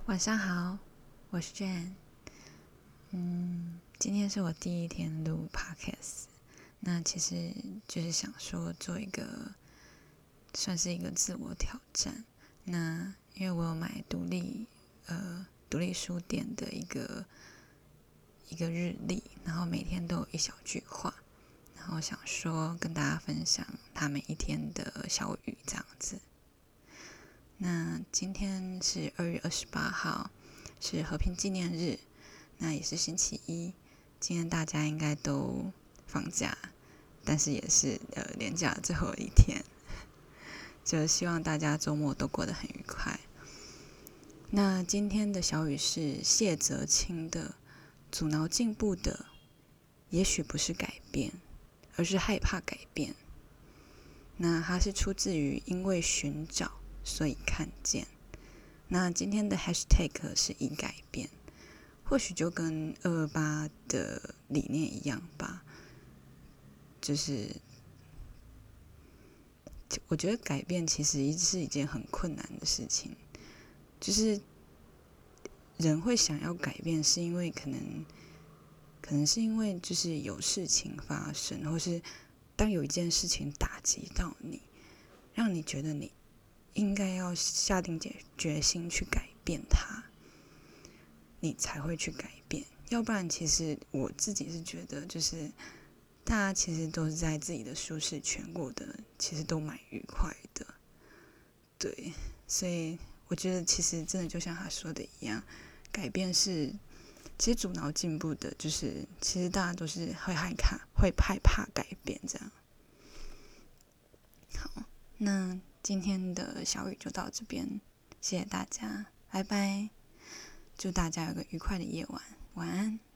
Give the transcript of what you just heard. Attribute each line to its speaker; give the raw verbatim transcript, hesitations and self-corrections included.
Speaker 1: 晚上好，我是 Jane。嗯，今天是我第一天录 Podcast， 那其实就是想说做一个算是一个自我挑战。那因为我有买独立呃独立书店的一个一个日历，然后每天都有一小句话，然后想说跟大家分享他每一天的小语这样子。那今天是二月二十八号，是和平纪念日，那也是星期一。今天大家应该都放假，但是也是呃连假的最后一天，就希望大家周末都过得很愉快。那今天的小语是谢泽清的，阻挠进步的，也许不是改变，而是害怕改变。那它是出自于因为寻找，所以看见。那今天的 hashtag 是以改变，或许就跟二二八的理念一样吧，就是我觉得改变其实是一件很困难的事情，就是人会想要改变，是因为可能可能是因为就是有事情发生，或是当有一件事情打击到你，让你觉得你应该要下定决心去改变它，你才会去改变。要不然其实我自己是觉得就是大家其实都是在自己的舒适圈过的，其实都蛮愉快的。对，所以我觉得其实真的就像他说的一样，改变是其实阻挠进步的，就是其实大家都是会害怕会害怕改变这样。好，那今天的小语就到这边，谢谢大家，拜拜，祝大家有个愉快的夜晚，晚安。